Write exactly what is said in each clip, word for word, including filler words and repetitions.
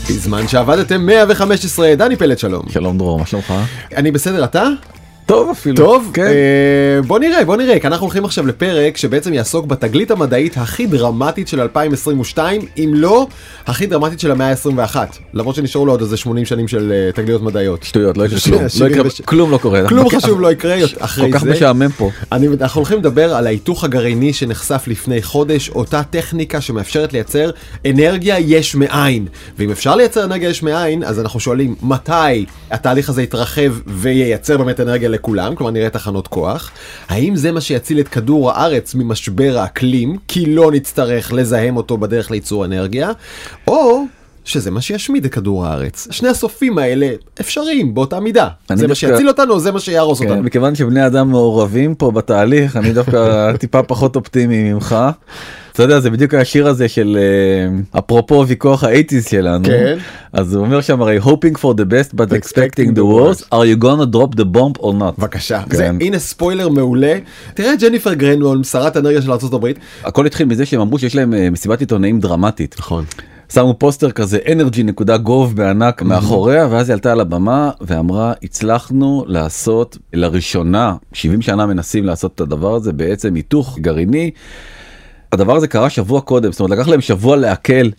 בזמן שעבדתם מאה וחמש עשרה, דני פלד, שלום. שלום דרור, מה שלומך? אני בסדר, אתה? טוב אפילו. טוב? כן. אה, בוא נראה, בוא נראה, כי אנחנו הולכים עכשיו לפרק שבעצם יעסוק בתגלית המדעית הכי דרמטית של אלפיים עשרים ושתיים, אם לא הכי דרמטית של המאה ה-עשרים ואחת. למרות שנשארו לו עוד איזה שמונים שנים של uh, תגליות מדעיות. שטויות, לא יקרה כלום. לא יקרה, כלום לא קורה. כלום חשוב לא יקרה אחרי זה. כל כך משעמם פה. אני, אנחנו הולכים לדבר על ההיתוך הגרעיני שנחשף לפני חודש, אותה טכניקה שמאפשרת לייצר אנרגיה יש מאין. ואם אפשר לייצר אנרגיה יש מאין, אז אנחנו שואלים מתי התהליך הזה יתרחב וייצר באמת אנרגיה לכולם, כלומר נראה תחנות כוח. האם זה מה שיציל את כדור הארץ ממשבר האקלים, כי לא נצטרך לזהם אותו בדרך לייצור אנרגיה, או שזה מה שישמיד את כדור הארץ. שני הסופים האלה אפשריים באותה מידה. זה מה שיציל אותנו, או זה מה שיהרוס אותנו. מכיוון שבני אדם מעורבים פה בתהליך, אני דווקא טיפה פחות אופטימי ממך. אתה יודע, זה בדיוק השיר הזה של, אפרופו ויכוח ה-שמונים שלנו. כן. אז הוא אומר שם הרי, hoping for the best but expecting the worst, are you gonna drop the bomb or not? בבקשה. זה, הנה ספוילר מעולה. תראה את ג'ניפר גרנוול, שרת האנרגיה של ארצות הברית. הכל התחיל מזה שהם אמרו שיש להם מסיבת עיתונאים דרמטית. נכון. שמו פוסטר כזה אנרג'י נקודה גוב בענק מאחוריה, ואז היא עלתה על הבמה ואמרה, הצלחנו לעשות לראשונה, שבעים שנה מנסים לעשות את הדבר הזה, בעצם היתוך גרעיני. הדבר הזה קרה שבוע קודם, זאת אומרת, לקח להם שבוע להקל.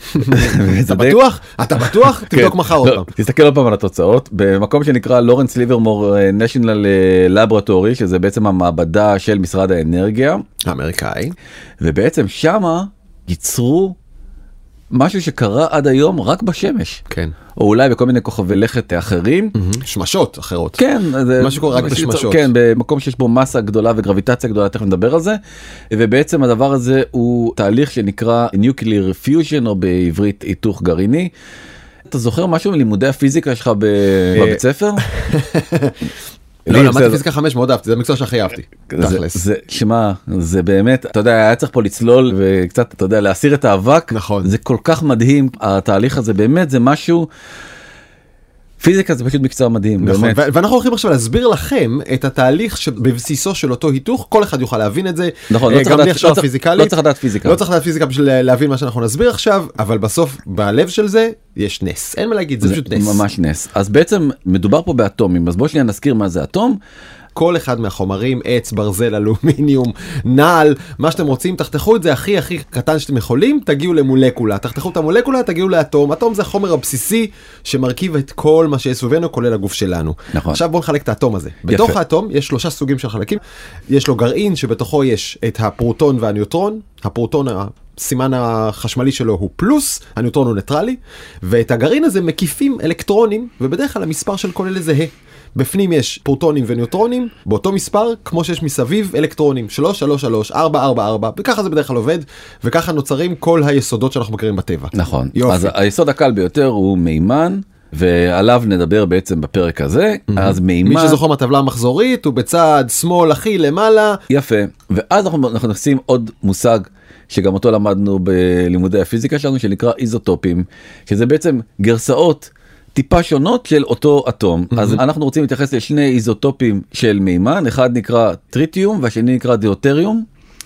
אתה בטוח? אתה בטוח? תבדוק מחר עוד פעם. תסתכל עוד פעם על התוצאות. במקום שנקרא לורנס ליברמור נשיונל לבורטורי, שזה בעצם המעבדה של משרד האנרגיה. האמריקאי. ובעצם שמה ייצרו משהו שקרה עד היום רק בשמש. כן. או אולי בכל מיני כוכבי לכת אחרים. שמשות אחרות. כן. מה שקורה רק בשמשות. כן, במקום שיש בו מסה גדולה וגרביטציה גדולה, תכף נדבר על זה. ובעצם הדבר הזה הוא תהליך שנקרא Nuclear Fusion, או בעברית היתוך גרעיני. אתה זוכר משהו מלימודי הפיזיקה שלך בבית ספר? לא, למדתי פיזיקה חמש, מאוד אהבתי, זה המקצוע שהכי אהבתי. שמה, זה באמת, אתה יודע, היה צריך פה לצלול וקצת, אתה יודע, להסיר את האבק. נכון. זה כל כך מדהים, התהליך הזה באמת זה משהו, פיזיקה זה פשוט מקצוע מדהים. נכון, ואנחנו הולכים עכשיו להסביר לכם את התהליך שבבסיסו של אותו היתוך, כל אחד יוכל להבין את זה. נכון, לא צריך לדעת פיזיקה. לא צריך לדעת פיזיקה בשביל להבין מה שאנחנו נסביר עכשיו, אבל בסוף, בלב של זה, יש נס. אין מה להגיד, זה פשוט נס. ממש נס. אז בעצם מדובר פה באטומים, אז בואו שניה נזכיר מה זה אטום. כל אחד מהחומרים, עץ, ברזל, אלומיניום, נעל, מה שאתם רוצים, תחתכו את זה הכי הכי קטן שאתם יכולים, תגיעו למולקולה. תחתכו את המולקולה, תגיעו לאטום. אטום זה החומר הבסיסי שמרכיב את כל מה שיש סביבנו, כולל הגוף שלנו. נכון. עכשיו בואו נחלק את האטום הזה. יפה. בתוך האטום יש שלושה סוגים של חלקים. יש לו גרעין שבתוכו יש את הפרוטון והניוטרון. הפרוטון, הסימן החשמלי שלו הוא פלוס, הניוטרון הוא ניטרלי, ואת הגרעין הזה מקיפים אלקטרונים, ובדרך כלל המספר של כל אלה זהה. בפנים יש פרוטונים וניוטרונים, באותו מספר, כמו שיש מסביב אלקטרונים, שלוש, שלוש, שלוש, ארבע, ארבע, ארבע, וככה זה בדרך כלל עובד, וככה נוצרים כל היסודות שאנחנו מכירים בטבע. נכון. יופי. אז היסוד הקל ביותר הוא מימן, ועליו נדבר בעצם בפרק הזה. Mm-hmm. אז מימן... מי שזוכר מהטבלה המחזורית, הוא בצד שמאל הכי למעלה. יפה. ואז אנחנו, אנחנו נשים עוד מושג, שגם אותו למדנו בלימודי הפיזיקה שלנו, שנקרא איזוטופים, שזה בעצם גרסאות טיפה שונות של אותו אטום. Mm-hmm. אז אנחנו רוצים להתייחס לשני איזוטופים של מימן, אחד נקרא טריטיום והשני נקרא דיאוטריום.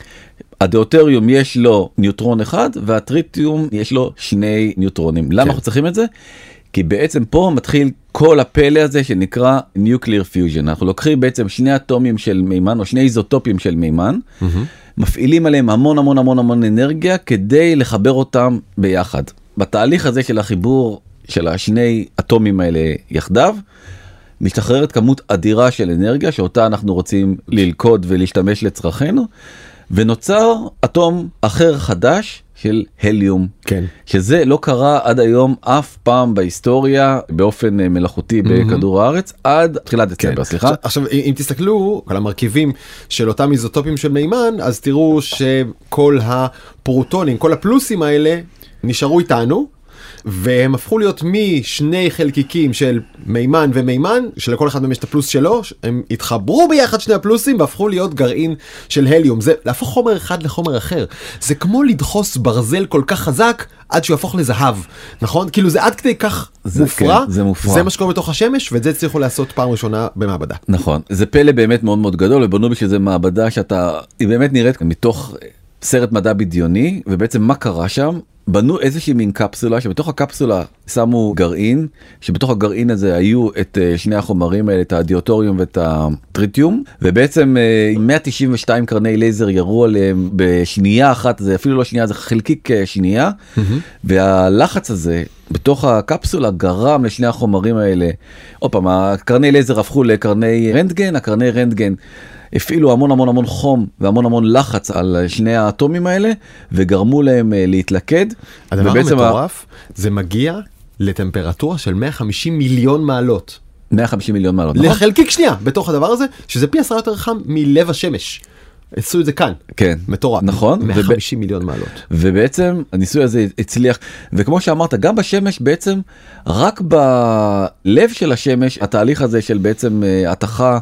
הדיאוטריום יש לו ניוטרון אחד והטריטיום יש לו שני ניוטרונים. למה כן. אנחנו צריכים את זה? כי בעצם פה מתחיל כל הפלא הזה שנקרא Nuclear Fusion. אנחנו לוקחים בעצם שני אטומים של מימן או שני איזוטופים של מימן, mm-hmm. מפעילים עליהם המון המון המון המון אנרגיה כדי לחבר אותם ביחד. בתהליך הזה של החיבור של השני אטומים האלה יחדיו, משתחררת כמות אדירה של אנרגיה שאותה אנחנו רוצים ללכוד ולהשתמש לצרכנו, ונוצר אטום אחר חדש של הליום. כן. שזה לא קרה עד היום אף פעם בהיסטוריה באופן מלאכותי בכדור הארץ, עד תחילת דצמבר, סליחה. עכשיו, אם תסתכלו על המרכיבים של אותם איזוטופים של מימן, אז תראו שכל הפרוטונים, כל הפלוסים האלה נשארו איתנו, והם הפכו להיות משני חלקיקים של מימן ומימן, שלכל אחד מהם יש את הפלוס שלו, הם התחברו ביחד שני הפלוסים, והפכו להיות גרעין של הליום. זה להפוך חומר אחד לחומר אחר. זה כמו לדחוס ברזל כל כך חזק, עד שהוא יהפוך לזהב, נכון? כאילו זה עד כדי כך זה, מופרע, כן, זה מופרע. זה מה שקורה בתוך השמש, ואת זה צריכו לעשות פעם ראשונה במעבדה. נכון, זה פלא באמת מאוד מאוד גדול, ובנו בשביל זה מעבדה שאתה, היא באמת נראית מתוך סרט מדע בדיוני, ובעצם מה קרה שם? בנו איזושהי מין קפסולה, שבתוך הקפסולה שמו גרעין, שבתוך הגרעין הזה היו את שני החומרים האלה, את הדיאוטוריום ואת הטריטיום, ובעצם מאה תשעים ושתיים קרני לייזר ירו עליהם בשנייה אחת, זה אפילו לא שנייה, זה חלקיק שנייה, mm-hmm. והלחץ הזה בתוך הקפסולה גרם לשני החומרים האלה, עוד פעם, הקרני לייזר הפכו לקרני רנטגן, הקרני רנטגן, הפעילו המון המון המון חום והמון המון לחץ על שני האטומים האלה, וגרמו להם להתלכד. הדבר המטורף, זה מגיע לטמפרטורה של מאה וחמישים מיליון מעלות. מאה וחמישים מיליון מעלות, נכון? לחלקיק שנייה בתוך הדבר הזה, שזה פי עשרה יותר חם מלב השמש. עשו את זה כאן. כן. מטורף. נכון. מאה וחמישים מיליון מעלות. ובעצם הניסוי הזה הצליח, וכמו שאמרת, גם בשמש בעצם, רק בלב של השמש, התהליך הזה של בעצם התחה,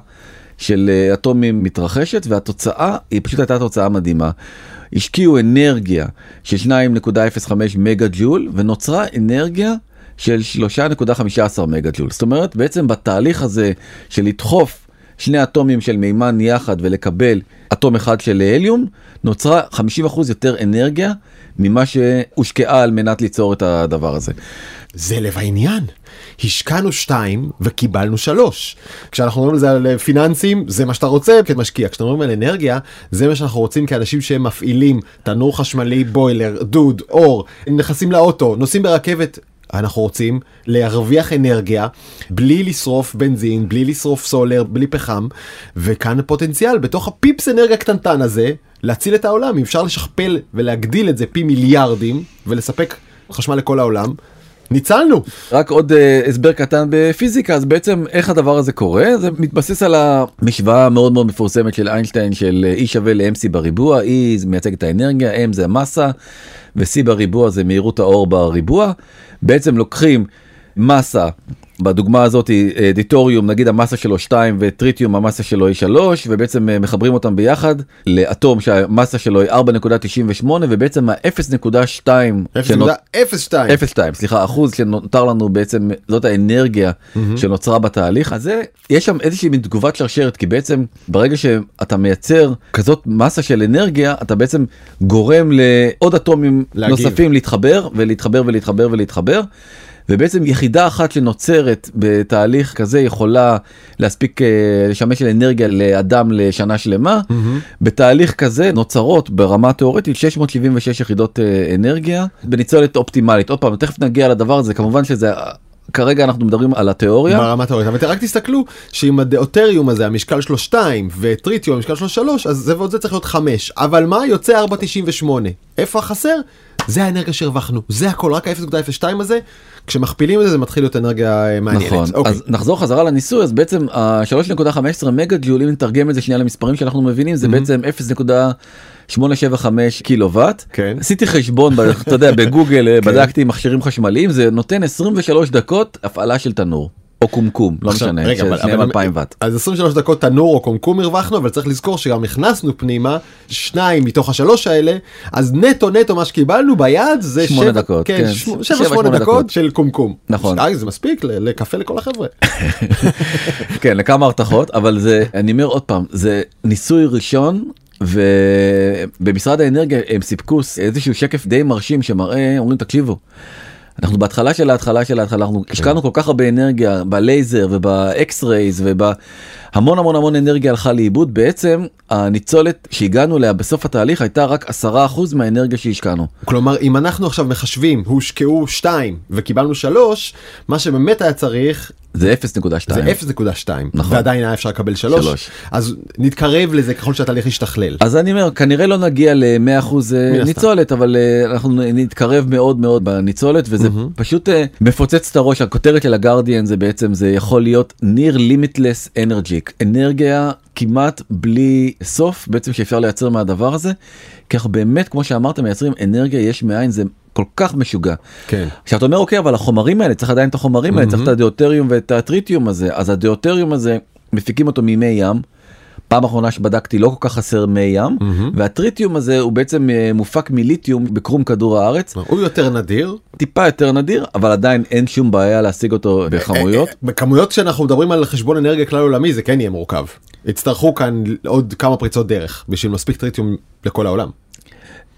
של אטומים מתרחשת, והתוצאה היא פשוט הייתה תוצאה מדהימה. השקיעו אנרגיה של שתיים נקודה אפס חמש מגה ג'ול, ונוצרה אנרגיה של שלוש נקודה חמש עשרה מגה ג'ול. זאת אומרת, בעצם בתהליך הזה של לדחוף שני אטומים של מימן יחד ולקבל אטום אחד של הליום, נוצרה חמישים אחוז יותר אנרגיה ממה שהושקעה על מנת ליצור את הדבר הזה. זה לב העניין. השקענו שתיים וקיבלנו שלוש. כשאנחנו אומרים לזה על פיננסים, זה מה שאתה רוצה כמשקיע. כשאנחנו אומרים על אנרגיה, זה מה שאנחנו רוצים כאנשים שהם מפעילים תנור חשמלי, בוילר, דוד, אור, נכנסים לאוטו, נוסעים ברכבת. אנחנו רוצים להרוויח אנרגיה בלי לשרוף בנזין, בלי לשרוף סולר, בלי פחם, וכאן הפוטנציאל בתוך הפיפס אנרגיה קטנטן הזה, להציל את העולם. אפשר לשכפל ולהגדיל את זה פי מיליארדים, ולספק חשמל לכל העולם. ניצלנו. רק עוד uh, הסבר קטן בפיזיקה, אז בעצם איך הדבר הזה קורה? זה מתבסס על המשוואה המאוד מאוד מפורסמת של איינשטיין, של E שווה ל-M C בריבוע, E זה מייצג את האנרגיה, M זה המסה, ו-C בריבוע זה מהירות האור בריבוע. בעצם לוקחים מסה, בדוגמה הזאת דיטוריום, נגיד המסה שלו שתיים וטריטיום המסה שלו היא שלוש, ובעצם מחברים אותם ביחד לאטום שהמסה שלו היא ארבע נקודה תשעים ושמונה, ובעצם ה-אפס נקודה שתיים אפס נקודה אפס שתיים אפס נקודה שתיים, סליחה, אחוז שנותר לנו בעצם, זאת האנרגיה mm-hmm. שנוצרה בתהליך הזה. יש שם איזושהי תגובת שרשרת, כי בעצם ברגע שאתה מייצר כזאת מסה של אנרגיה, אתה בעצם גורם לעוד אטומים להגיב. נוספים להתחבר ולהתחבר ולהתחבר ולהתחבר, ובעצם יחידה אחת שנוצרת בתהליך כזה יכולה להספיק לשמש לאנרגיה לאדם לשנה שלמה. Mm-hmm. בתהליך כזה נוצרות ברמה תיאורטית שש מאות שבעים ושש יחידות אנרגיה בניצולת אופטימלית. עוד פעם, תכף נגיע לדבר הזה, כמובן שזה... כרגע אנחנו מדברים על התיאוריה. ברמה תיאורטית, אבל רק תסתכלו שאם הדיאוטריום הזה, המשקל שלו שתיים, וטריטיום, המשקל שלו שלוש, אז זה ועוד זה צריך להיות חמש. אבל מה? יוצא ארבע נקודה תשעים ושמונה. איפה החסר? זה האנרגיה שהרווחנו. זה הכל, רק ה-אפס נקודה אפס שתיים הזה. כשמכפילים את זה, זה מתחיל להיות אנרגיה מעניינת. נכון. אוקיי. אז נחזור חזרה לניסוי, אז בעצם ה-שלוש נקודה חמש עשרה מגה ג'ול, אם נתרגם את זה שנייה למספרים שאנחנו מבינים, זה בעצם אפס נקודה שמונה שבע חמש קילוואט. כן. עשיתי חשבון, אתה יודע, בגוגל, בדקתי מכשירים חשמליים, זה נותן עשרים ושלוש דקות הפעלה של תנור. או קומקום, לא משנה, שניהם אלפיים וואט. אז עשרים ושלוש דקות תנור או קומקום הרווחנו, אבל צריך לזכור שגם הכנסנו פנימה שניים מתוך השלוש האלה, אז נטו נטו מה שקיבלנו ביד זה שמונה דקות, כן, שבע שמונה דקות של קומקום. נכון. זה מספיק לקפה לכל החבר'ה. כן, לכמה הרתחות, אבל זה, אני אומר עוד פעם, זה ניסוי ראשון, ובמשרד האנרגיה הם סיפקו איזשהו שקף די מרשים שמראה, אומרים תקשיבו, אנחנו בהתחלה של ההתחלה של ההתחלה, אנחנו השקענו כל כך הרבה אנרגיה בלייזר ובאקס-רייז ובהמון המון המון אנרגיה הלכה לאיבוד. בעצם הניצולת שהגענו אליה בסוף התהליך הייתה רק עשרה אחוז מהאנרגיה שהשקענו. כלומר, אם אנחנו עכשיו מחשבים, הושקעו שתיים וקיבלנו שלוש, מה שבאמת היה צריך... זה אפס נקודה שתיים. זה אפס נקודה שתיים. נכון. ועדיין היה אפשר לקבל שלוש. אז נתקרב לזה ככל שהתהליך ישתכלל. אז אני אומר, כנראה לא נגיע ל-מאה אחוז ניצולת, אבל אנחנו נתקרב מאוד מאוד בניצולת, וזה mm-hmm. פשוט מפוצץ את הראש. הכותרת של הגארדיאן זה בעצם, זה יכול להיות near limitless energy. אנרגיה כמעט בלי סוף, בעצם שאפשר לייצר מהדבר הזה. כך באמת, כמו שאמרתם, מייצרים אנרגיה יש מאין, זה כל כך משוגע. כן. כשאתה אומר, אוקיי, אבל החומרים האלה, צריך עדיין את החומרים האלה, צריך את הדיאוטריום ואת הטריטיום הזה. אז הדיאוטריום הזה, מפיקים אותו ממי ים. פעם האחרונה שבדקתי, לא כל כך חסר מי ים. והטריטיום הזה הוא בעצם מופק מליתיום בקרום כדור הארץ. הוא יותר נדיר. טיפה יותר נדיר, אבל עדיין אין שום בעיה להשיג אותו בכמויות. בכמויות שאנחנו מדברים על חשבון אנרגיה כלל עולמי, זה כן יהיה מורכב. יצטרכו כאן עוד כמה פריצות דרך, בשביל מספיק טריטיום לכל העולם.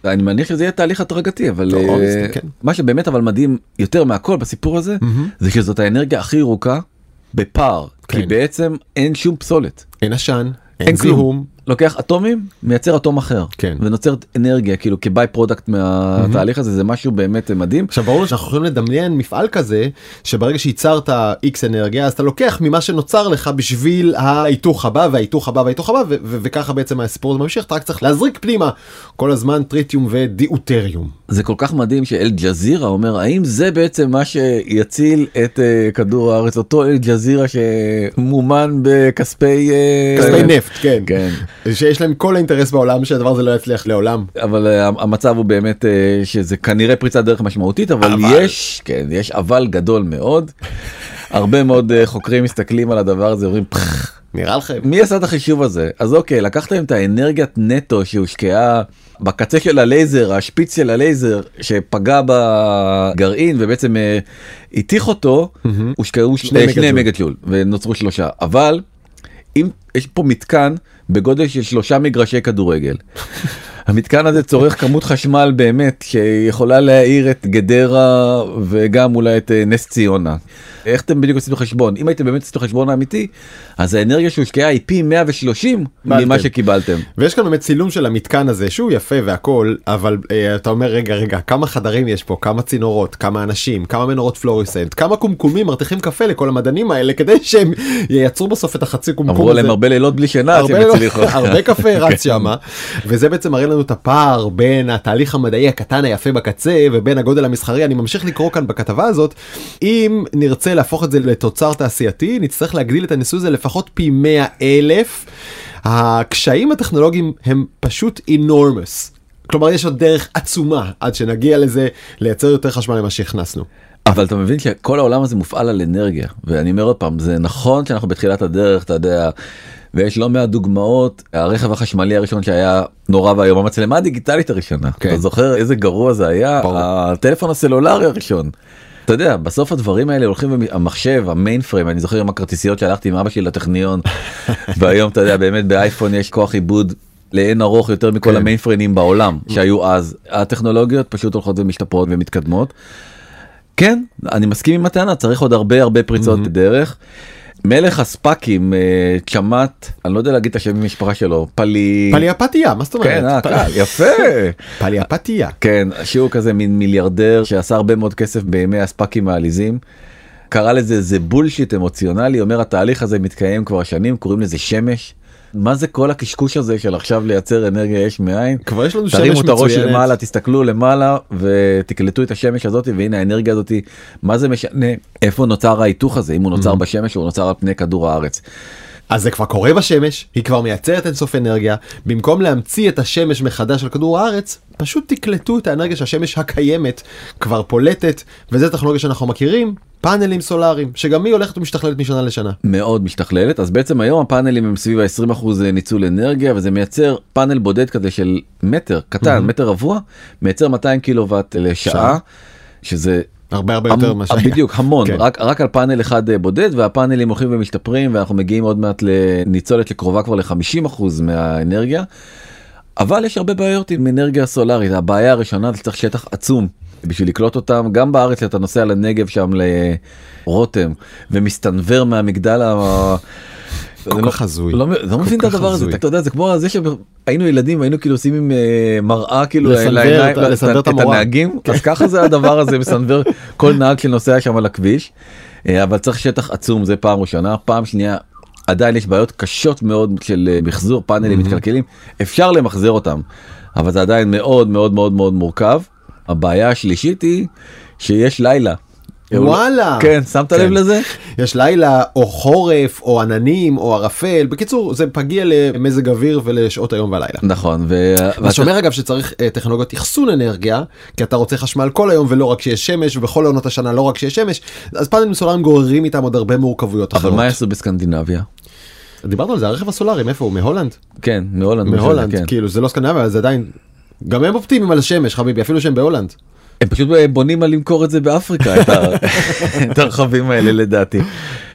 אני מניח שזה יהיה תהליך הדרגתי, אבל טוב, uh, כן. מה שבאמת אבל מדהים יותר מהכל בסיפור הזה, Mm-hmm. זה שזאת האנרגיה הכי ירוקה בפער, כן. כי בעצם אין שום פסולת. אין עשן, אין, אין כלום. זיהום. לוקח אטומים, מייצר אטום אחר. כן. ונוצר אנרגיה, כאילו כביי פרודקט מהתהליך הזה, זה משהו באמת מדהים. עכשיו ברור שאנחנו יכולים לדמיין מפעל כזה, שברגע שייצרת X אנרגיה, אז אתה לוקח ממה שנוצר לך בשביל ההיתוך הבא, וההיתוך הבא, וההיתוך הבא, ו- ו- וככה בעצם הסיפור הזה ממשיך, אתה רק צריך להזריק פנימה כל הזמן טריטיום ודיאוטריום. זה כל כך מדהים שאל ג'זירה אומר, האם זה בעצם מה שיציל את uh, כדור הארץ, אותו אל ג'זירה שמומן בכספי... Uh, כספי נפט, כן. כן. שיש להם כל האינטרס בעולם שהדבר הזה לא יצליח לעולם. אבל uh, המצב הוא באמת uh, שזה כנראה פריצת דרך משמעותית, אבל, אבל... יש, כן, יש אבל גדול מאוד. הרבה מאוד uh, חוקרים מסתכלים על הדבר הזה, אומרים, פח, נראה לכם. מי עשה את החישוב הזה? אז אוקיי, לקחתם את האנרגיית נטו שהושקעה בקצה של הלייזר, השפיץ של הלייזר שפגע בגרעין ובעצם uh, התיך אותו, mm-hmm. הושקעו שני, שני מגה-ג'ול ונוצרו שלושה. אבל אם יש פה מתקן בגודל של שלושה מגרשי כדורגל, המתקן הזה צורך כמות חשמל באמת שיכולה להאיר את גדרה וגם אולי את נס ציונה. איך אתם בדיוק עשיתם חשבון? אם הייתם באמת עשיתם חשבון האמיתי, אז האנרגיה שהושקעה היא פי מאה ושלושים ממה שקיבלתם. ויש כאן באמת צילום של המתקן הזה שהוא יפה והכל, אבל אה, אתה אומר רגע רגע, כמה חדרים יש פה, כמה צינורות, כמה אנשים, כמה מנורות פלוריסנט, כמה קומקומים מרתיחים קפה לכל המדענים האלה כדי שהם ייצרו בסוף את החצי קומקום הזה. עברו להם הרבה לילות בלי שינה, הרבה קפה רץ שמה, וזה בעצם מראה לנו את הפער בין התהליך המדעי הקטן היפה בקצה ובין הגודל המסחרי. אני ממשיך לקרוא כאן בכתבה הזאת, אם נרצה להפוך את זה לתוצר תעשייתי, נצטרך להגדיל את הניסוי הזה לפחות פי מאה אלף. הקשיים הטכנולוגיים הם פשוט enormous. כלומר, יש עוד דרך עצומה עד שנגיע לזה, לייצר יותר חשמל למה שהכנסנו. אבל אתה מבין שכל העולם הזה מופעל על אנרגיה, ואני אומר עוד פעם, זה נכון שאנחנו בתחילת הדרך, אתה יודע, ויש לא מעט דוגמאות, הרכב החשמלי הראשון שהיה נורא והיום, המצלמה הדיגיטלית הראשונה, okay. אתה זוכר איזה גרוע זה היה? ברור. הטלפון הסלולרי הראשון. אתה יודע, בסוף הדברים האלה הולכים, המחשב, המיין פריים, אני זוכר עם הכרטיסיות שהלכתי עם אבא שלי לטכניון, והיום אתה יודע, באמת באייפון יש כוח עיבוד לאין ארוך יותר מכל המיין פריימים בעולם שהיו אז. הטכנולוגיות פשוט הולכות ומשתפרות ומתקדמות. כן, אני מסכים עם הטענה, צריך עוד הרבה הרבה פריצות בדרך. מלך הספאקים, צ'מט, אני לא יודע להגיד את השם במשפחה שלו, פלי... פליאפתיה, מה זאת אומרת? כן, יפה. פליאפתיה. כן, שהוא כזה מין מיליארדר שעשה הרבה מאוד כסף בימי הספאקים העליזים. קרא לזה, זה בולשיט אמוציונלי, אומר התהליך הזה מתקיים כבר שנים, קוראים לזה שמש. מה זה כל הקשקוש הזה של עכשיו לייצר אנרגיה יש מאין? כבר יש לנו שמש מצוינת. תרימו את הראש מצוינת. למעלה, תסתכלו למעלה ותקלטו את השמש הזאת, והנה האנרגיה הזאת, מה זה משנה? איפה נוצר ההיתוך הזה? אם הוא נוצר בשמש או נוצר על פני כדור הארץ? אז זה כבר קורה בשמש, היא כבר מייצרת אינסוף אנרגיה, במקום להמציא את השמש מחדש על כדור הארץ, פשוט תקלטו את האנרגיה שהשמש הקיימת כבר פולטת, וזה טכנולוגיה שאנחנו מכירים, פאנלים סולאריים, שגם היא הולכת ומשתכללת משנה לשנה. מאוד משתכללת, אז בעצם היום הפאנלים הם סביב ה-עשרים אחוז ניצול אנרגיה, וזה מייצר פאנל בודד כזה של מטר, קטן, mm-hmm. מטר רבוע, מייצר מאתיים קילוואט לשעה, שעה. שזה... הרבה הרבה יותר מה שהיה. בדיוק, המון, כן. רק, רק על פאנל אחד בודד, והפאנלים הולכים ומשתפרים, ואנחנו מגיעים עוד מעט לניצולת שקרובה כבר ל-חמישים אחוז מהאנרגיה, אבל יש הרבה בעיות עם אנרגיה סולארית. הבעיה הראשונה זה צריך שטח עצום, בשביל לקלוט אותם, גם בארץ אתה נוסע לנגב שם לרותם, ומסתנבר מהמגדל ה... כל כך הזוי. לא מבין את הדבר הזה, אתה יודע, זה כמו זה שהיינו ילדים, היינו כאילו עושים עם מראה, כאילו לסנבר את הנהגים, אז ככה זה הדבר הזה, מסנבר כל נהג שנוסע שם על הכביש, אבל צריך שטח עצום, זה פעם ראשונה. פעם שנייה, עדיין יש בעיות קשות מאוד של מחזור, פאנלים מתקלקלים, אפשר למחזר אותם, אבל זה עדיין מאוד מאוד מאוד מאוד מורכב. הבעיה השלישית היא שיש לילה. וואלה. כן, שמת לב לזה? יש לילה או חורף או עננים או ערפל, בקיצור זה פגיע למזג אוויר ולשעות היום והלילה. נכון. אתה שומר אגב שצריך טכנולוגיות אחסון אנרגיה, כי אתה רוצה חשמל כל היום ולא רק שיש שמש, ובכל עונות השנה לא רק שיש שמש, אז פאנלים סולאריים גוררים איתם עוד הרבה מורכבויות אחרות. אבל מה יעשו בסקנדינביה? דיברנו על זה, הרכב הסולארי, מאיפה הוא? מהולנד? כן, מהולנד. מהולנד, כאילו זה לא סקנדינביה, זה עדיין, גם הם אופטימיים על השמש, חביבי, אפילו שהם בהולנד. הם פשוט בונים על למכור את זה באפריקה, את הרכבים האלה לדעתי.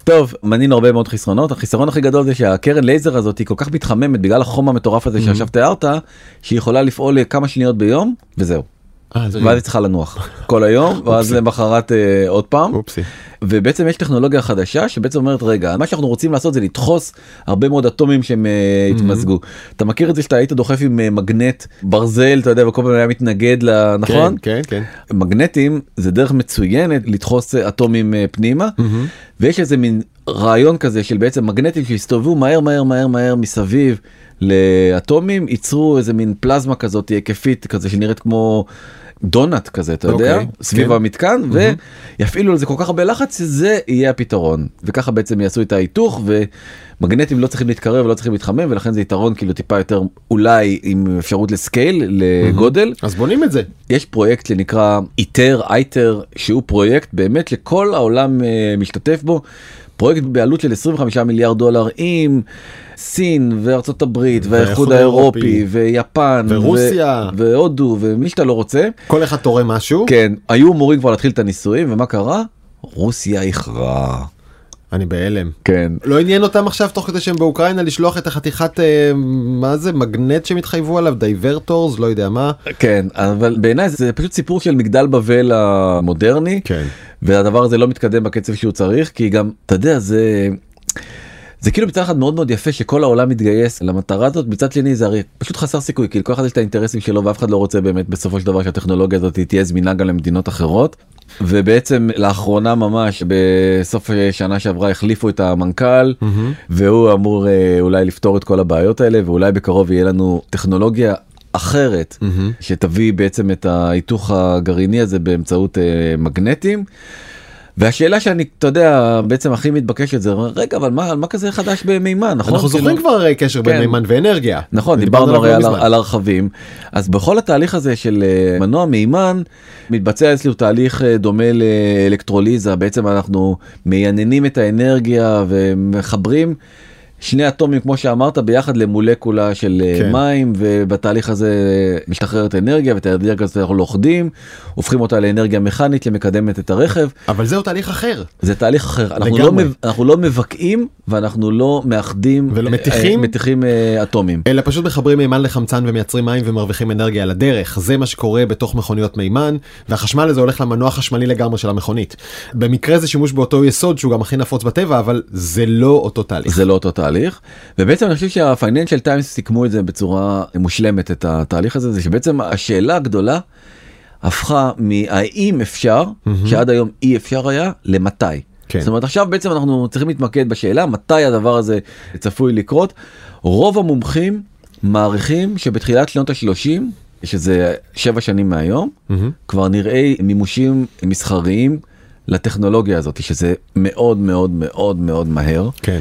טוב, מנינו הרבה מאוד חסרונות. החיסרון הכי גדול זה שהקרן לייזר הזאת היא כל כך מתחממת בגלל החום המטורף הזה שעכשיו תיארת, שהיא יכולה לפעול לכמה שניות ביום, וזהו. ואז היא צריכה לנוח כל היום, ואז למחרת עוד פעם. ובעצם יש טכנולוגיה חדשה שבעצם אומרת, רגע, מה שאנחנו רוצים לעשות זה לדחוס הרבה מאוד אטומים שהם התמזגו. אתה מכיר את זה שאתה היית דוחף עם מגנט ברזל, אתה יודע, וכל פעם היה מתנגד, נכון? כן, כן. מגנטים זה דרך מצוינת לדחוס אטומים פנימה, ויש איזה מין רעיון כזה של בעצם מגנטים שהסתובבו מהר מהר מהר מהר מסביב לאטומים, ייצרו איזה מין פלזמה כזאת היקפית כזה שנראית כמו דונט כזה, אתה יודע, סביב המתקן, ויפעילו על זה כל כך הרבה לחץ שזה יהיה הפתרון. וככה בעצם יעשו את ההיתוך, ומגנטים לא צריכים להתקרב ולא צריכים להתחמם, ולכן זה יתרון כאילו טיפה יותר אולי עם אפשרות לסקייל, לגודל. אז בונים את זה. יש פרויקט שנקרא איטר, אייטר, שהוא פרויקט באמת שכל העולם משתתף בו, פרויקט בעלות של עשרים וחמישה מיליארד דולר עם סין וארצות הברית והאיחוד האירופי ויפן ורוסיה והודו ומי שאתה לא רוצה. כל אחד תורם משהו. כן, היו אמורים כבר להתחיל את הניסויים, ומה קרה? רוסיה איחרה. אני בהלם. כן. לא עניין אותם עכשיו תוך כדי שהם באוקראינה לשלוח את החתיכת, מה זה, מגנט שהם התחייבו עליו, דייברטורס, לא יודע מה. כן, אבל בעיניי זה פשוט סיפור של מגדל בבל המודרני. כן. והדבר הזה לא מתקדם בקצב שהוא צריך, כי גם, אתה יודע, זה... זה כאילו מצד אחד מאוד מאוד יפה שכל העולם מתגייס למטרה הזאת, מצד שני זה הרי פשוט חסר סיכוי, כי כל אחד יש את האינטרסים שלו, ואף אחד לא רוצה באמת בסופו של דבר שהטכנולוגיה הזאת תהיה זמינה גם למדינות אחרות. ובעצם לאחרונה ממש בסוף שנה שעברה החליפו את המנכ"ל, והוא אמור אולי לפתור את כל הבעיות האלה, ואולי בקרוב יהיה לנו טכנולוגיה אחרת, שתביא בעצם את ההיתוך הגרעיני הזה באמצעות מגנטים. והשאלה שאני, אתה יודע, בעצם הכי מתבקשת זה, רגע, אבל מה, מה כזה חדש במימן, נכון? אנחנו זוכרים כבר קשר בין מימן ואנרגיה. נכון, דיברנו הרי על הרכבים. אז בכל התהליך הזה של מנוע מימן, מתבצע אצלנו תהליך דומה לאלקטרוליזה, בעצם אנחנו מייננים את האנרגיה ומחברים שני אטומים, כמו שאמרת, ביחד למולקולה של כן. מים, ובתהליך הזה משתחררת אנרגיה, ואת האנרגיה הזאת אנחנו לוכדים, הופכים אותה לאנרגיה מכנית שמקדמת את הרכב. אבל זהו תהליך אחר. זה תהליך אחר. אנחנו לא, אנחנו לא מבקעים, ואנחנו לא מאחדים, ולא מתיחים, מתיחים אטומים. אלא פשוט מחברים מימן לחמצן ומייצרים מים ומרוויחים אנרגיה על הדרך. זה מה שקורה בתוך מכוניות מימן, והחשמל הזה הולך למנוע חשמלי לגמרי של המכונית. במקרה זה שימוש באותו יסוד שהוא גם הכי נפוץ בטבע, אבל זה לא אותו תהליך. זה לא אותו תהליך. ובעצם אני חושב שהפייננשל טיימס סיכמו את זה בצורה מושלמת, את התהליך הזה, זה שבעצם השאלה הגדולה הפכה מהאם אפשר, שעד היום אי אפשר היה, למתי. כן. זאת אומרת, עכשיו בעצם אנחנו צריכים להתמקד בשאלה, מתי הדבר הזה צפוי לקרות. רוב המומחים מעריכים שבתחילת שנות ה-שלושים, שזה שבע שנים מהיום, mm-hmm. כבר נראה מימושים מסחריים לטכנולוגיה הזאת, שזה מאוד מאוד מאוד מאוד מהר. כן.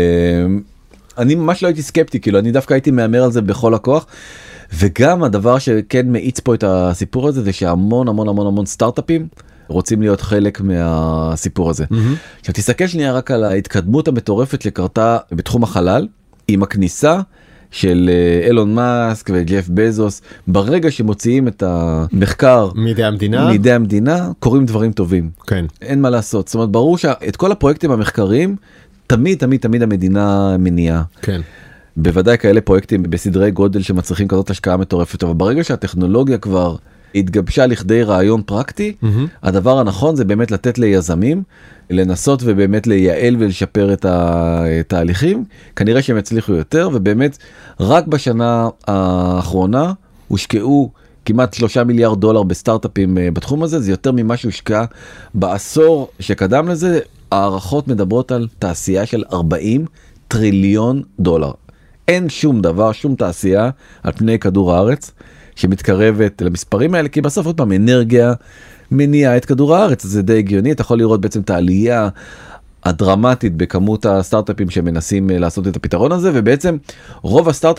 אני ממש לא הייתי סקפטי, כאילו, אני דווקא הייתי מאמר על זה בכל הכוח, וגם הדבר שכן מאיץ פה את הסיפור הזה, זה שהמון המון המון המון סטארט-אפים רוצים להיות חלק מהסיפור הזה. Mm-hmm. עכשיו תסתכל שנייה רק על ההתקדמות המטורפת שקרתה בתחום החלל, עם הכניסה של אילון מאסק וג'ף בזוס, ברגע שמוציאים את המחקר מידי המדינה, מידי המדינה, קורים דברים טובים. כן. אין מה לעשות. זאת אומרת, ברור שאת כל הפרויקטים המחקריים, תמיד תמיד תמיד המדינה מניעה. כן. בוודאי כאלה פרויקטים בסדרי גודל שמצריכים כזאת השקעה מטורפת, אבל ברגע שהטכנולוגיה כבר התגבשה לכדי רעיון פרקטי, mm-hmm. הדבר הנכון זה באמת לתת ליזמים, לנסות ובאמת לייעל ולשפר את התהליכים, כנראה שהם הצליחו יותר, ובאמת רק בשנה האחרונה הושקעו כמעט שלושה מיליארד דולר בסטארט-אפים בתחום הזה, זה יותר ממה שהושקע בעשור שקדם לזה, הערכות מדברות על תעשייה של ארבעים טריליון דולר. אין שום דבר, שום תעשייה על פני כדור הארץ שמתקרבת למספרים האלה, כי בסוף עוד פעם אנרגיה מניעה את כדור הארץ, זה די הגיוני, אתה יכול לראות בעצם את העלייה הדרמטית בכמות הסטארט-אפים שמנסים לעשות את הפתרון הזה, ובעצם רוב הסטארט-אפים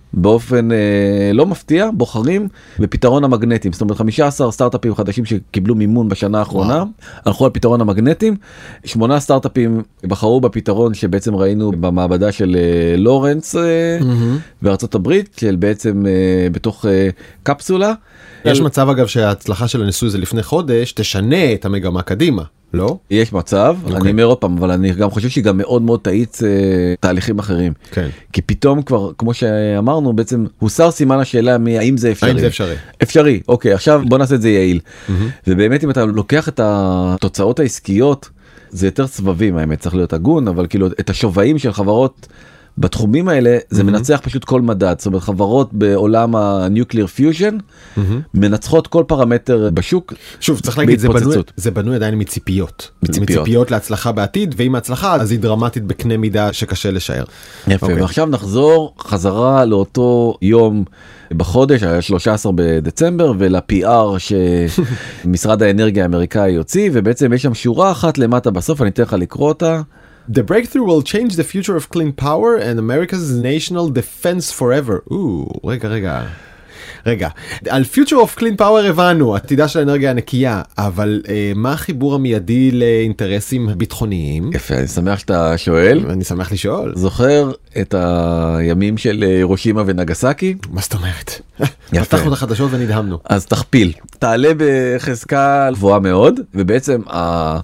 באופן אה, לא מפתיע, בוחרים בפתרון המגנטים. זאת אומרת, חמישה עשר סטארט-אפים חדשים שקיבלו מימון בשנה האחרונה, וואו. הלכו על פתרון המגנטים. שמונה סטארט-אפים בחרו בפתרון שבעצם ראינו במעבדה של אה, לורנס אה, mm-hmm. בארצות הברית, של בעצם אה, בתוך אה, קפסולה. יש אל... מצב אגב שההצלחה של הניסוי זה לפני חודש, תשנה את המגמה קדימה. לא? יש מצב, okay. אני אומר עוד פעם, אבל אני גם חושב שהיא גם מאוד מאוד תאיץ אה, תהליכים אחרים. כן. Okay. כי פתאום כבר, כמו שאמרנו, בעצם הוסר סימן השאלה מהאם זה אפשרי. האם זה אפשרי. אפשרי, אוקיי, עכשיו בוא נעשה את זה יעיל. Mm-hmm. ובאמת אם אתה לוקח את התוצאות העסקיות, זה יותר סבבים, האמת צריך להיות הגון, אבל כאילו את השווים של חברות בתחומים האלה, זה mm-hmm. מנצח פשוט כל מדד. זאת אומרת, חברות בעולם הניוקליר פיוז'ן, mm-hmm. מנצחות כל פרמטר בשוק. שוב, צריך להגיד, זה בנוי, זה בנוי עדיין מציפיות. מציפיות. מציפיות להצלחה בעתיד, ואם ההצלחה, אז היא דרמטית בקנה מידה שקשה לשער. יפה, okay. ועכשיו נחזור חזרה לאותו יום בחודש, ה-שלושה עשר בדצמבר, ול-פי אר שמשרד האנרגיה האמריקאי יוציא, ובעצם יש שם שורה אחת למטה בסוף, אני אתן לך לקרוא אותה. The breakthrough will change the future of clean power and America's national defense forever. או, רגע, רגע. רגע. על future of clean power הבנו, עתידה של האנרגיה הנקייה, אבל אה, מה החיבור המיידי לאינטרסים ביטחוניים? יפה, אני שמח שאתה שואל. אני שמח לשאול. זוכר את הימים של הירושימה ונגסקי? מה זאת אומרת? פתחנו את החדשות ונדהמנו. אז תכפיל. תעלה בחזקה גבוהה מאוד, ובעצם ה...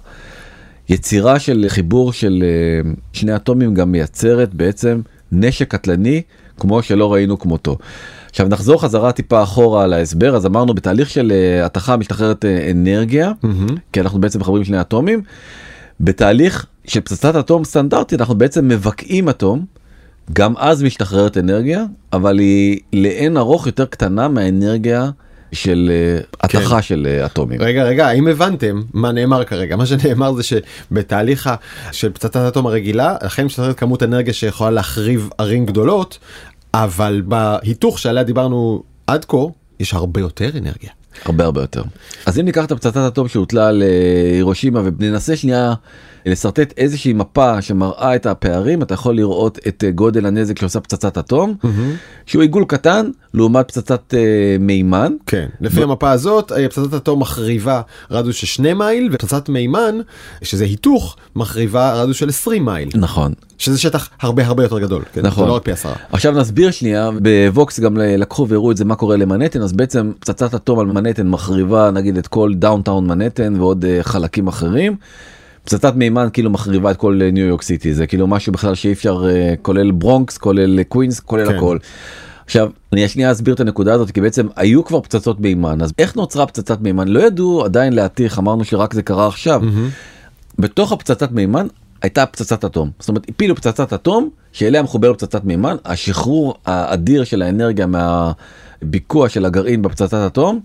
יצירה של חיבור של שני אטומים גם מייצרת בעצם נשק קטלני כמו שלא ראינו כמותו. עכשיו נחזור חזרה טיפה אחורה על ההסבר, אז אמרנו בתהליך של התכה משתחררת אנרגיה, mm-hmm. כי אנחנו בעצם מחברים שני אטומים, בתהליך של פצצת אטום סטנדרטית אנחנו בעצם מבקעים אטום, גם אז משתחררת אנרגיה, אבל היא לאין ארוך יותר קטנה מהאנרגיה של התכה של אטומים. רגע, רגע, האם הבנתם מה נאמר כרגע? מה שנאמר זה שבתהליך של פצצת אטום הרגילה, לכן משתחררת כמות אנרגיה שיכולה להחריב ערים גדולות, אבל בהיתוך שעליה דיברנו עד כה, יש הרבה יותר אנרגיה. הרבה הרבה יותר. אז אם ניקח את הפצצת אטום שהוטלה על הירושימה וננסה שנייה לסרטט איזושהי מפה שמראה את הפערים, אתה יכול לראות את גודל הנזק שעושה פצצת אטום, mm-hmm. שהוא עיגול קטן לעומת פצצת uh, מימן. כן, לפי ו... המפה הזאת, פצצת אטום מחריבה רדיוס של שני מייל, ופצצת מימן, שזה היתוך, מחריבה רדיוס של עשרים מייל. נכון. שזה שטח הרבה הרבה יותר גדול. כן? נכון. זה לא רק פי עשרה. עכשיו נסביר שנייה, בווקס גם לקחו והראו את זה מה קורה למנהטן, אז בעצם פצצת אטום על מנהטן מחריבה נגיד את כל דאונטאון מנהטן ועוד uh, חלקים אחרים. פצצת מימן כאילו מחריבה את כל ניו יורק סיטי, זה כאילו משהו בכלל שאי אפשר, כולל ברונקס, כולל קווינס, כולל כן. הכל. עכשיו, אני השנייה אסביר את הנקודה הזאת, כי בעצם היו כבר פצצות מימן, אז איך נוצרה פצצת מימן? לא ידעו עדיין להתיך, אמרנו שרק זה קרה עכשיו. Mm-hmm. בתוך הפצצת מימן הייתה פצצת אטום. זאת אומרת, הפילו פצצת אטום, שאליה מחובר פצצת מימן, השחרור האדיר של האנרגיה מהביקוע של הגרעין בפצצת אטום,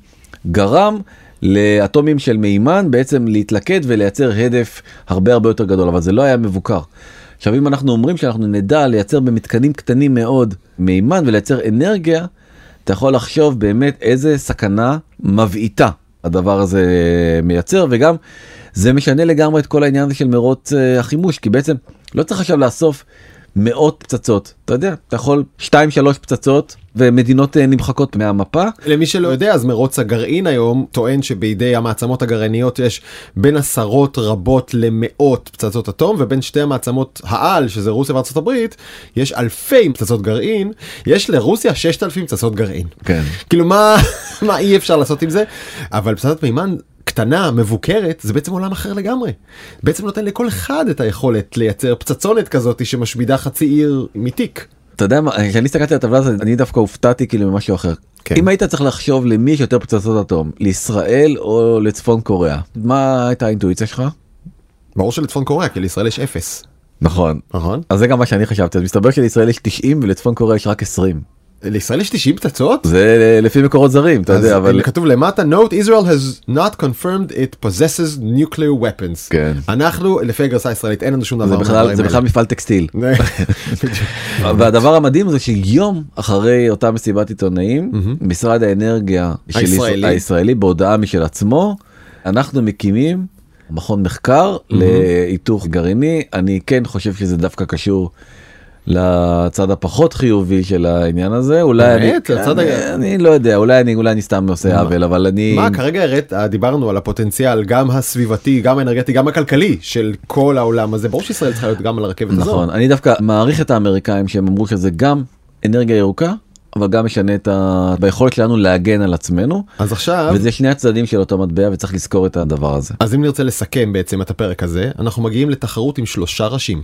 גרם לאטומים של מימן בעצם להתלכד ולייצר הדף הרבה הרבה יותר גדול, אבל זה לא היה מבוקר. עכשיו אם אנחנו אומרים שאנחנו נדע לייצר במתקנים קטנים מאוד מימן ולייצר אנרגיה, אתה יכול לחשוב באמת איזה סכנה מבעיטה הדבר הזה מייצר, וגם זה משנה לגמרי את כל העניין הזה של מרוץ החימוש, כי בעצם לא צריך עכשיו לאסוף מאות פצצות, אתה יודע, אתה יכול שתיים שלוש פצצות ומדינות נמחקות מהמפה. למי שלא יודע, אז מרוץ הגרעין היום טוען שבידי המעצמות הגרעיניות יש בין עשרות רבות למאות פצצות אטום, ובין שתי המעצמות העל, שזה רוסיה וארצות הברית, יש אלפי פצצות גרעין, יש לרוסיה ששת אלפים פצצות גרעין. כן. כאילו מה, מה אי אפשר לעשות עם זה? אבל פצצת מימן קטנה, מבוקרת, זה בעצם עולם אחר לגמרי. בעצם נותן לכל אחד את היכולת לייצר פצצונת כזאת שמשמידה חצי עיר מתיק. אתה יודע מה, כשאני הסתכלתי על הטבלה הזאת, אני דווקא הופתעתי כאילו ממשהו אחר. כן. אם היית צריך לחשוב למי יש יותר פצצות אטום, לישראל או לצפון קוריאה, מה הייתה האינטואיציה שלך? ברור שלצפון קוריאה, כי לישראל יש אפס. נכון. נכון. אז זה גם מה שאני חשבתי, אז מסתבר שלישראל יש תשעים ולצפון קוריאה יש רק עשרים. לישראל יש תשעים פצצות? זה לפי מקורות זרים, אתה יודע, אבל... כתוב למטה, note, Israel has not confirmed it possesses nuclear weapons. כן. אנחנו, לפי הגרסה הישראלית, אין לנו שום דבר. זה בכלל מפעל טקסטיל. והדבר המדהים זה שיום אחרי אותה מסיבת עיתונאים, משרד האנרגיה הישראלי, בהודעה משל עצמו, אנחנו מקימים מכון מחקר להיתוך גרעיני. אני כן חושב שזה דווקא קשור לצד הפחות חיובי של העניין הזה. אולי אני, באמת? הצד אני, ה- אני לא יודע, אולי אני, אולי אני סתם עושה עוול, אבל אני... מה, כרגע הראת, דיברנו על הפוטנציאל, גם הסביבתי, גם האנרגטי, גם הכלכלי של כל העולם הזה. ברור שישראל צריכה להיות גם על הרכבת הזאת. נכון, אני דווקא מעריך את האמריקאים שהם אמרו שזה גם אנרגיה ירוקה, אבל גם משנה את ה... ביכולת שלנו להגן על עצמנו. אז עכשיו... וזה שני הצדדים של אותו מטבע, וצריך לזכור את הדבר הזה. אז אם נרצה לסכם בעצם את הפרק הזה, אנחנו מגיעים לתחרות עם שלושה ראשים.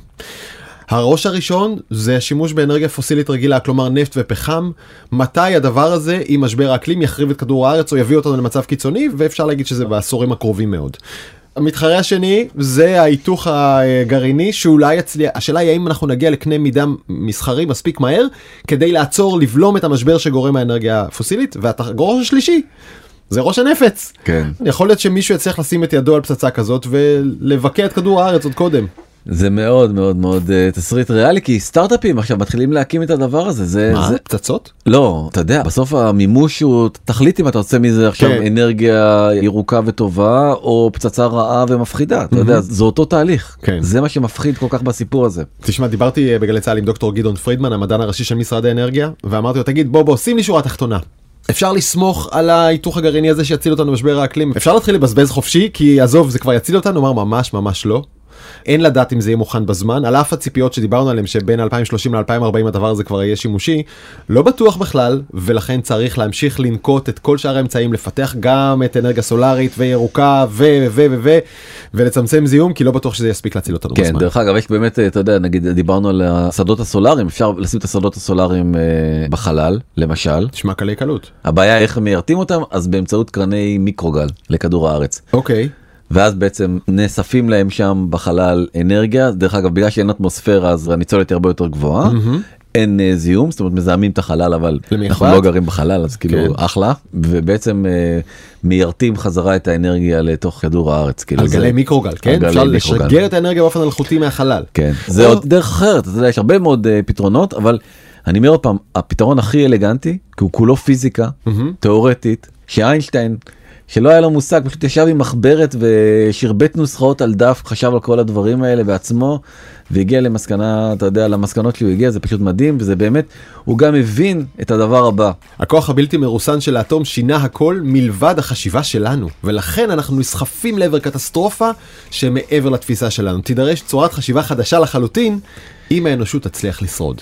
הראש הראשון זה השימוש באנרגיה פוסילית רגילה, כלומר נפט ופחם. מתי הדבר הזה, עם משבר האקלים, יחריב את כדור הארץ או יביא אותנו למצב קיצוני, ואפשר להגיד שזה בעשורים הקרובים מאוד. המתחרה השני זה ההיתוך הגרעיני שאולי יצליח, השאלה היא האם אנחנו נגיע לקנה מידה מסחרי מספיק מהר כדי לעצור, לבלום את המשבר שגורם האנרגיה הפוסילית. והראש השלישי זה ראש הנפץ. כן. יכול להיות שמישהו יצליח לשים את ידו על פצצה כזאת ולבקע את כדור הארץ עוד קודם. זה מאוד מאוד מאוד uh, תסריט ריאלי, כי סטארט-אפים עכשיו מתחילים להקים את הדבר הזה. זה, מה? זה... פצצות? לא, אתה יודע, בסוף המימוש הוא תחליט אם אתה רוצה מזה עכשיו כן. אנרגיה ירוקה וטובה, או פצצה רעה ומפחידה. אתה יודע, זה אותו תהליך. כן. זה מה שמפחיד כל כך בסיפור הזה. תשמע, דיברתי בגלי צה"ל עם דוקטור גדעון פרידמן, המדען הראשי של משרד האנרגיה, ואמרתי לו, תגיד, בוא בוא, שים לי שורה תחתונה. אפשר לסמוך על ההיתוך הגרעיני הזה שיציל אותנו במשבר האקלים? אפשר להתחיל לבזבז חופשי, כי עזוב, זה כבר יציל אותנו? אמר, ממש ממש לא. אין לדעת אם זה יהיה מוכן בזמן, על אף הציפיות שדיברנו עליהם שבין אלפיים ושלושים ל-אלפיים וארבעים הדבר הזה כבר יהיה שימושי, לא בטוח בכלל, ולכן צריך להמשיך לנקוט את כל שאר האמצעים, לפתח גם את אנרגיה סולארית וירוקה ו ו ו ו ולצמצם זיהום, כי לא בטוח שזה יספיק להציל אותנו בזמן. כן, דרך אגב, יש באמת, אתה יודע, נגיד דיברנו על השדות הסולאריים, אפשר לשים את השדות הסולאריים בחלל, למשל. תשמע קלי קלות. הבעיה איך מיירטים אותם, אז באמצעות קרני מיקרוגל לכדור הארץ. אוקיי. ואז בעצם נאספים להם שם בחלל אנרגיה. דרך אגב, בגלל שאין אטמוספירה, אז הניצולת היא הרבה יותר גבוהה. אין uh, זיהום, זאת אומרת מזהמים את החלל, אבל אנחנו לא גרים בחלל, אז כאילו כן. אחלה. ובעצם uh, מיירטים חזרה את האנרגיה לתוך כדור הארץ. כאילו על גלי מיקרוגל, כן? אפשר לשגר את האנרגיה באופן מלאכותי מהחלל. כן, זה עוד דרך אחרת. אתה יודע, יש הרבה מאוד uh, פתרונות, אבל אני אומר עוד פעם, הפתרון הכי אלגנטי, כי הוא כולו פיזיקה, תיאורטית, שאיינשטיין, שלא היה לו מושג, פשוט ישב עם מחברת ושרבט נוסחאות על דף, חשב על כל הדברים האלה בעצמו, והגיע למסקנה, אתה יודע, למסקנות שהוא הגיע, זה פשוט מדהים, וזה באמת, הוא גם הבין את הדבר הבא. הכוח הבלתי מרוסן של האטום שינה הכל מלבד החשיבה שלנו, ולכן אנחנו נסחפים לעבר קטסטרופה שמעבר לתפיסה שלנו. תידרש צורת חשיבה חדשה לחלוטין, אם האנושות תצליח לשרוד.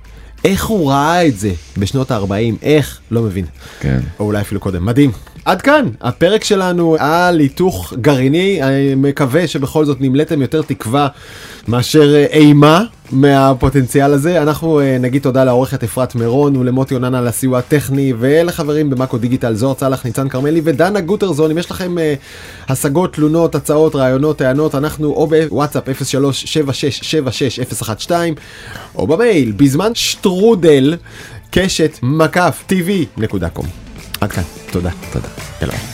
איך הוא ראה את זה בשנות ה-ארבעים? איך? לא מבין. כן. או אולי אפילו קודם. מדהים. עד כאן, הפרק שלנו על היתוך גרעיני. אני מקווה שבכל זאת נמלאתם יותר תקווה מאשר אימה מהפוטנציאל הזה. אנחנו נגיד תודה לעורכת אפרת מירון ולמוטי אוננה על הסיוע הטכני, ולחברים במאקו דיגיטל זוהר צלח, ניצן קרמלי ודנה גוטרזון. אם יש לכם uh, השגות, תלונות, הצעות, רעיונות, טענות, אנחנו או בוואטסאפ אפס שלוש שבע שש שבע שש אפס אחת שתיים או במייל בזמן שטרודל קשת מקף טי וי נקודה קום. עד כאן, תודה. תודה. יאללה.